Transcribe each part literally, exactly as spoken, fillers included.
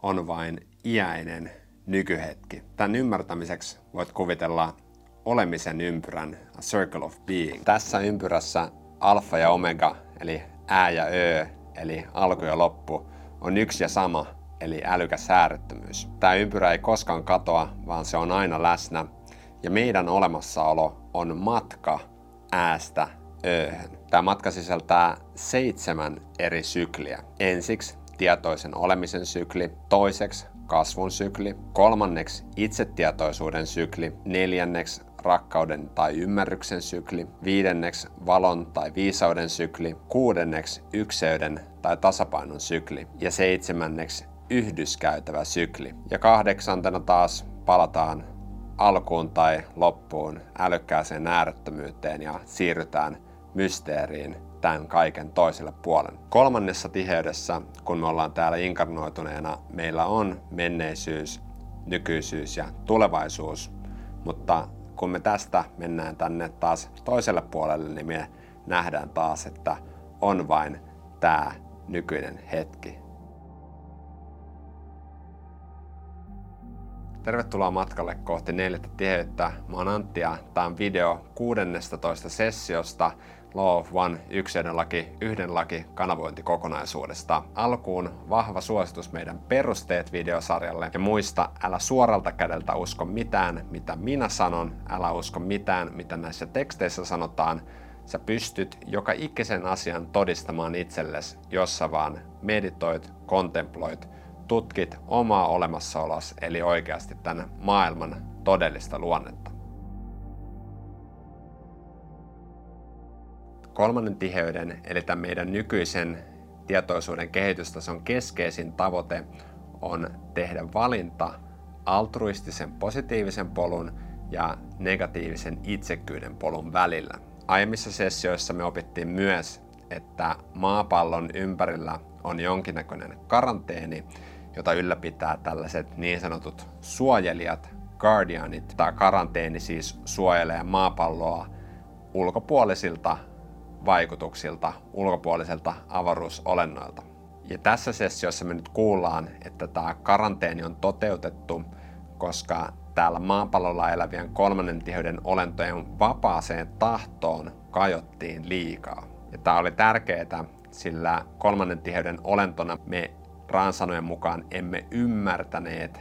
on vain iäinen nykyhetki. Tämän ymmärtämiseksi voit kuvitella olemisen ympyrän, a circle of being. Tässä ympyrässä alfa ja omega, eli ä ja ö, eli alku ja loppu, on yksi ja sama, eli älykäs äärettömyys. Tämä ympyrä ei koskaan katoa, vaan se on aina läsnä, ja meidän olemassaolo on matka äästä ööhön. Tämä matka sisältää seitsemän eri sykliä. Ensiksi tietoisen olemisen sykli, toiseksi kasvun sykli, kolmanneksi itsetietoisuuden sykli, neljänneksi rakkauden tai ymmärryksen sykli, viidenneksi valon tai viisauden sykli, kuudenneksi ykseyden tai tasapainon sykli ja seitsemänneksi yhdyskäytävä sykli. Ja kahdeksantena taas palataan alkuun tai loppuun älykkääseen äärettömyyteen ja siirrytään mysteeriin tämän kaiken toiselle puolelle. Kolmannessa tiheydessä, kun me ollaan täällä inkarnoituneena, meillä on menneisyys, nykyisyys ja tulevaisuus, mutta kun me tästä mennään tänne taas toiselle puolelle, niin me nähdään taas, että on vain tämä nykyinen hetki. Tervetuloa matkalle kohti neljättä tiheyttä. Mä oon Antti ja tää on video kuudennestatoista sessiosta Law of One, ykseyden laki, yhden laki kanavointikokonaisuudesta. Alkuun vahva suositus meidän perusteet videosarjalle. Ja muista, älä suoralta kädeltä usko mitään, mitä minä sanon. Älä usko mitään, mitä näissä teksteissä sanotaan. Sä pystyt joka ikisen asian todistamaan itsellesi, jos sä vaan meditoit, kontemploit, tutkit omaa olemassaolos, eli oikeasti tämän maailman todellista luonnetta. Kolmannen tiheyden, eli tämän meidän nykyisen tietoisuuden kehitystason keskeisin tavoite on tehdä valinta altruistisen positiivisen polun ja negatiivisen itsekkyyden polun välillä. Aiemmissa sessioissa me opittiin myös, että maapallon ympärillä on jonkinnäköinen karanteeni, jota ylläpitää tällaiset niin sanotut suojelijat, guardianit. Tämä karanteeni siis suojelee maapalloa ulkopuolisilta vaikutuksilta, ulkopuolisilta avaruusolennoilta. Ja tässä sessiossa me nyt kuullaan, että tämä karanteeni on toteutettu, koska täällä maapallolla elävien kolmannen tiheyden olentojen vapaaseen tahtoon kajottiin liikaa. Ja tämä oli tärkeää, sillä kolmannen tiheyden olentona me Raan sanojen mukaan emme ymmärtäneet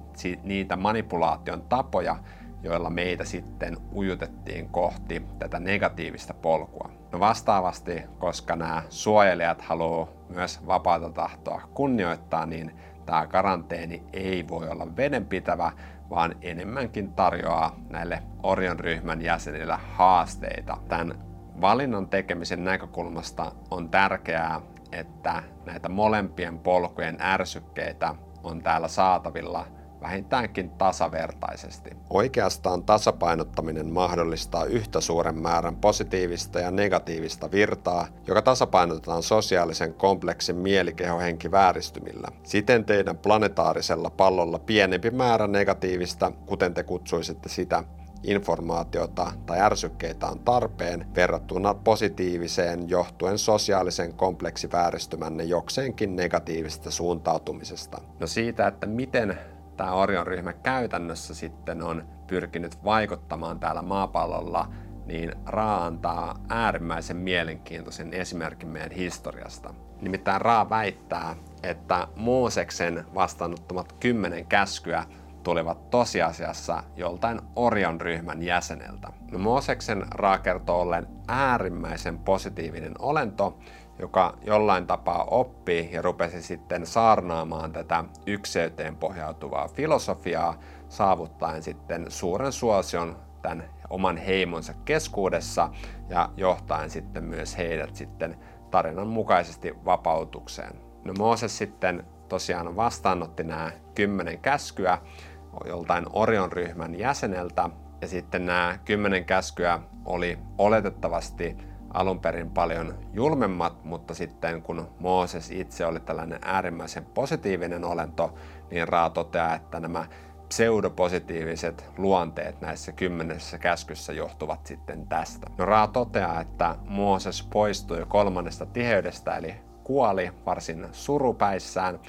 niitä manipulaation tapoja, joilla meitä sitten ujutettiin kohti tätä negatiivista polkua. No vastaavasti, koska nämä suojelijat haluaa myös vapaata tahtoa kunnioittaa, niin tämä karanteeni ei voi olla vedenpitävä, vaan enemmänkin tarjoaa näille Orion-ryhmän jäsenille haasteita. Tämän valinnan tekemisen näkökulmasta on tärkeää, että näitä molempien polkujen ärsykkeitä on täällä saatavilla vähintäänkin tasavertaisesti. Oikeastaan tasapainottaminen mahdollistaa yhtä suuren määrän positiivista ja negatiivista virtaa, joka tasapainotetaan sosiaalisen kompleksin mielikehohenkivääristymillä. Siten teidän planetaarisella pallolla pienempi määrä negatiivista, kuten te kutsuisitte sitä, informaatiota tai ärsykkeitä on tarpeen verrattuna positiiviseen johtuen sosiaalisen kompleksivääristymänne jokseenkin negatiivisesta suuntautumisesta. No siitä, että miten tämä Orion-ryhmä käytännössä sitten on pyrkinyt vaikuttamaan täällä maapallolla, niin Ra antaa äärimmäisen mielenkiintoisen esimerkin meidän historiasta. Nimittäin Ra väittää, että Mooseksen vastaanottamat kymmenen käskyä tulivat tosiasiassa joltain Orion-ryhmän jäseneltä. No Mooseksen Ra kertoo ollen äärimmäisen positiivinen olento, joka jollain tapaa oppii ja rupesi sitten saarnaamaan tätä ykseyteen pohjautuvaa filosofiaa, saavuttaen sitten suuren suosion tämän oman heimonsa keskuudessa ja johtaen sitten myös heidät sitten tarinan mukaisesti vapautukseen. No Mooses sitten tosiaan vastaanotti nämä kymmenen käskyä joltain Orion-ryhmän jäseneltä, ja sitten nämä kymmenen käskyä oli oletettavasti alun perin paljon julmemmat, mutta sitten kun Mooses itse oli tällainen äärimmäisen positiivinen olento, niin Ra toteaa, että nämä pseudopositiiviset luonteet näissä kymmenessä käskyssä johtuvat sitten tästä. No Ra toteaa, että Mooses poistui kolmannesta tiheydestä, eli kuoli varsin surupäissään,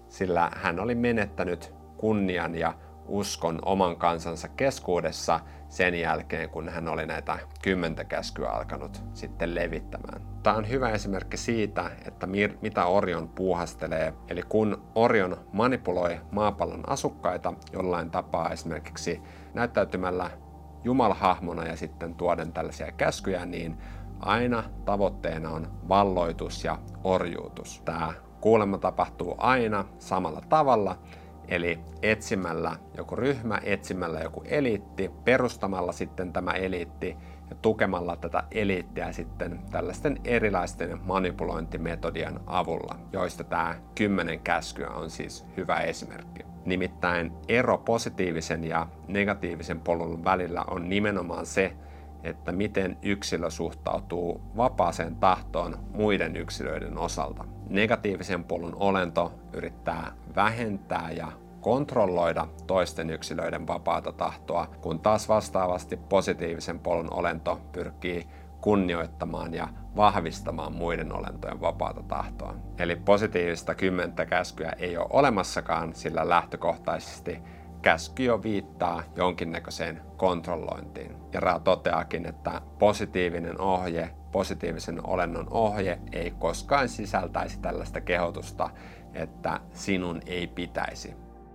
sillä hän oli menettänyt kunnian ja uskon oman kansansa keskuudessa sen jälkeen, kun hän oli näitä kymmentä käskyä alkanut sitten levittämään. Tämä on hyvä esimerkki siitä, että mitä Orion puuhastelee. Eli kun Orion manipuloi maapallon asukkaita jollain tapaa esimerkiksi näyttäytymällä jumalhahmona ja sitten tuoden tällaisia käskyjä, niin aina tavoitteena on valloitus ja orjuutus. Tämä kuulemma tapahtuu aina samalla tavalla, eli etsimällä joku ryhmä, etsimällä joku eliitti, perustamalla sitten tämä eliitti ja tukemalla tätä eliittiä sitten tällaisten erilaisten manipulointimetodien avulla, joista tämä kymmenen käskyä on siis hyvä esimerkki. Nimittäin ero positiivisen ja negatiivisen polun välillä on nimenomaan se, että miten yksilö suhtautuu vapaaseen tahtoon muiden yksilöiden osalta. Negatiivisen polun olento yrittää vähentää ja kontrolloida toisten yksilöiden vapaata tahtoa, kun taas vastaavasti positiivisen polun olento pyrkii kunnioittamaan ja vahvistamaan muiden olentojen vapaata tahtoa. Eli positiivista kymmentä käskyä ei ole olemassakaan, sillä lähtökohtaisesti käsky jo viittaa jonkinnäköiseen kontrollointiin. Ja Ra toteakin, että positiivinen ohje, positiivisen olennon ohje ei koskaan sisältäisi tällaista kehotusta, että sinun ei pitäisi.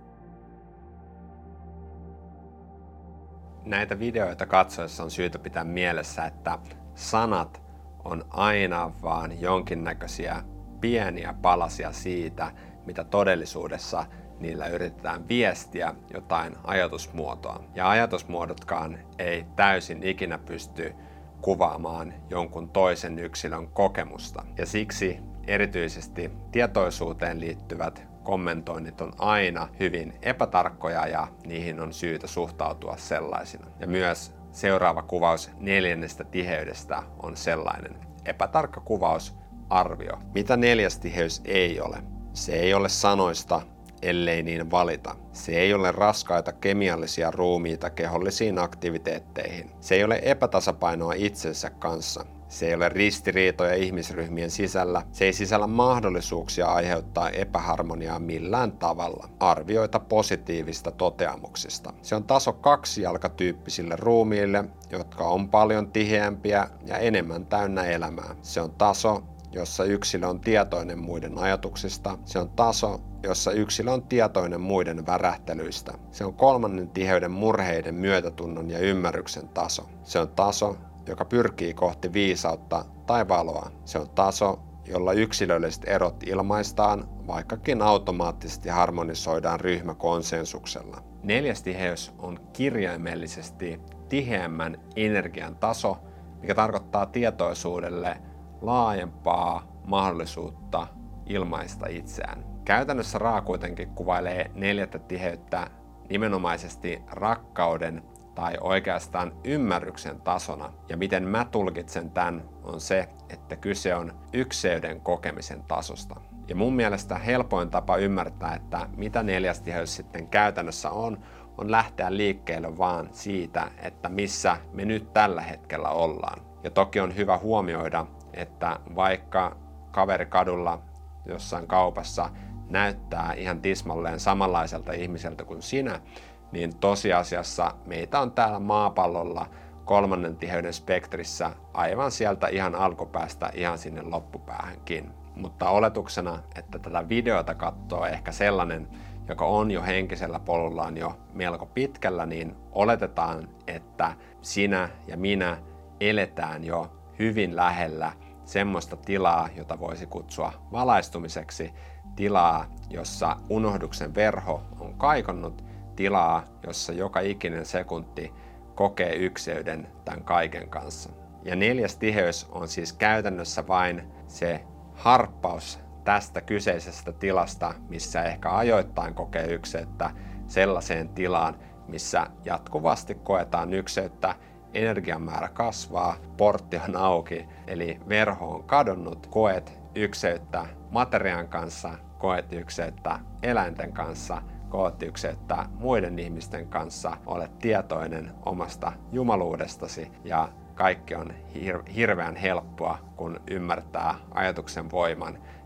Näitä videoita katsoessa on syytä pitää mielessä, että sanat on aina vaan jonkinnäköisiä pieniä palasia siitä, mitä todellisuudessa niillä yritetään viestiä jotain ajatusmuotoa. Ja ajatusmuodotkaan ei täysin ikinä pysty kuvaamaan jonkun toisen yksilön kokemusta. Ja siksi erityisesti tietoisuuteen liittyvät kommentoinnit on aina hyvin epätarkkoja ja niihin on syytä suhtautua sellaisina. Ja myös seuraava kuvaus neljännestä tiheydestä on sellainen epätarkka kuvaus, arvio. Mitä neljäs tiheys ei ole? Se ei ole sanoista, ellei niin valita. Se ei ole raskaita kemiallisia ruumiita kehollisiin aktiviteetteihin. Se ei ole epätasapainoa itsensä kanssa. Se ei ole ristiriitoja ihmisryhmien sisällä. Se ei sisällä mahdollisuuksia aiheuttaa epäharmoniaa millään tavalla. Arvioita positiivista toteamuksista. Se on taso kaksijalkatyyppisille ruumiille, jotka on paljon tiheämpiä ja enemmän täynnä elämää. Se on taso, jossa yksilö on tietoinen muiden ajatuksista. Se on taso, jossa yksilö on tietoinen muiden värähtelyistä. Se on kolmannen tiheyden murheiden myötätunnon ja ymmärryksen taso. Se on taso, joka pyrkii kohti viisautta tai valoa. Se on taso, jolla yksilölliset erot ilmaistaan, vaikkakin automaattisesti harmonisoidaan ryhmäkonsensuksella. Neljäs tiheys on kirjaimellisesti tiheämmän energian taso, mikä tarkoittaa tietoisuudelle laajempaa mahdollisuutta ilmaista itseään. Käytännössä Ra kuitenkin kuvailee neljättä tiheyttä nimenomaisesti rakkauden tai oikeastaan ymmärryksen tasona. Ja miten mä tulkitsen tämän on se, että kyse on ykseyden kokemisen tasosta. Ja mun mielestä helpoin tapa ymmärtää, että mitä neljäs tiheys sitten käytännössä on, on lähteä liikkeelle vaan siitä, että missä me nyt tällä hetkellä ollaan. Ja toki on hyvä huomioida, että vaikka kaveri kadulla jossain kaupassa näyttää ihan tismalleen samanlaiselta ihmiseltä kuin sinä, niin tosiasiassa meitä on täällä maapallolla kolmannen tiheyden spektrissä aivan sieltä ihan alkupäästä ihan sinne loppupäähänkin. Mutta oletuksena, että tätä videota katsoo ehkä sellainen, joka on jo henkisellä polullaan jo melko pitkällä, niin oletetaan, että sinä ja minä eletään jo hyvin lähellä semmoista tilaa, jota voisi kutsua valaistumiseksi, tilaa, jossa unohduksen verho on kaikonnut, tilaa, jossa joka ikinen sekunti kokee ykseyden tämän kaiken kanssa. Ja neljäs tiheys on siis käytännössä vain se harppaus tästä kyseisestä tilasta, missä ehkä ajoittain kokee ykseyttä, sellaiseen tilaan, missä jatkuvasti koetaan ykseyttä, energian määrä kasvaa, portti on auki, eli verho on kadonnut, koet ykseyttä materiaan kanssa, koet ykseyttä eläinten kanssa, koet ykseyttä muiden ihmisten kanssa, olet tietoinen omasta jumaluudestasi ja kaikki on hir- hirveän helppoa, kun ymmärtää ajatuksen voiman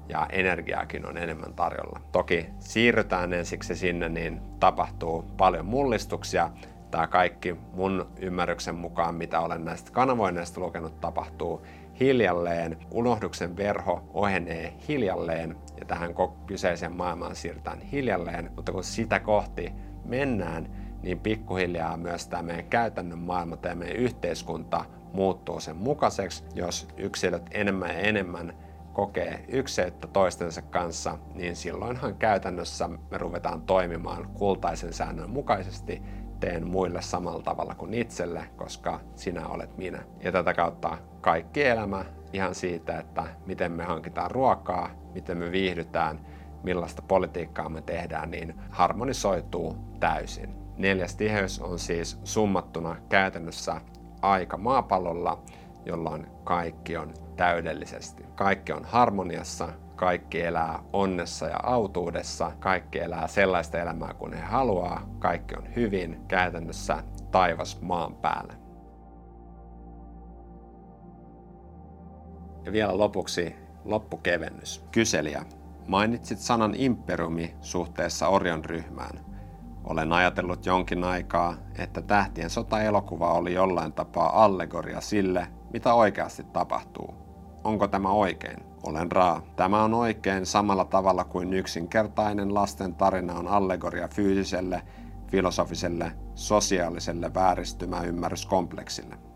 ja energiaakin on enemmän tarjolla. Toki siirrytään ensiksi sinne, niin tapahtuu paljon mullistuksia. Tämä kaikki mun ymmärryksen mukaan, mitä olen näistä kanavoinneista lukenut, tapahtuu hiljalleen. Unohduksen verho ohenee hiljalleen ja tähän kyseiseen maailmaan siirrytään hiljalleen, mutta kun sitä kohti mennään, niin pikkuhiljaa myös tämä meidän käytännön maailma, tämä meidän yhteiskunta muuttuu sen mukaiseksi. Jos yksilöt enemmän ja enemmän kokee ykseyttä toistensa kanssa, niin silloinhan käytännössä me ruvetaan toimimaan kultaisen säännön mukaisesti. Teen muille samalla tavalla kuin itselle, koska sinä olet minä. Ja tätä kautta kaikki elämä, ihan siitä, että miten me hankitaan ruokaa, miten me viihdytään, millaista politiikkaa me tehdään, niin harmonisoituu täysin. Neljäs tiheys on siis summattuna käytännössä aika maapallolla, jolloin kaikki on täydellisesti. Kaikki on harmoniassa, kaikki elää onnessa ja autuudessa, kaikki elää sellaista elämää kuin he haluaa, kaikki on hyvin, käytännössä taivas maan päällä. Ja vielä lopuksi loppukevennys. Kyselijä. Mainitsit sanan imperiumi suhteessa Orion ryhmään. Olen ajatellut jonkin aikaa, että Tähtien sota-elokuva oli jollain tapaa allegoria sille, mitä oikeasti tapahtuu. Onko tämä oikein? Olen Ra. Tämä on oikein samalla tavalla kuin yksinkertainen lasten tarina on allegoria fyysiselle, filosofiselle, sosiaaliselle vääristymäymmärryskompleksille.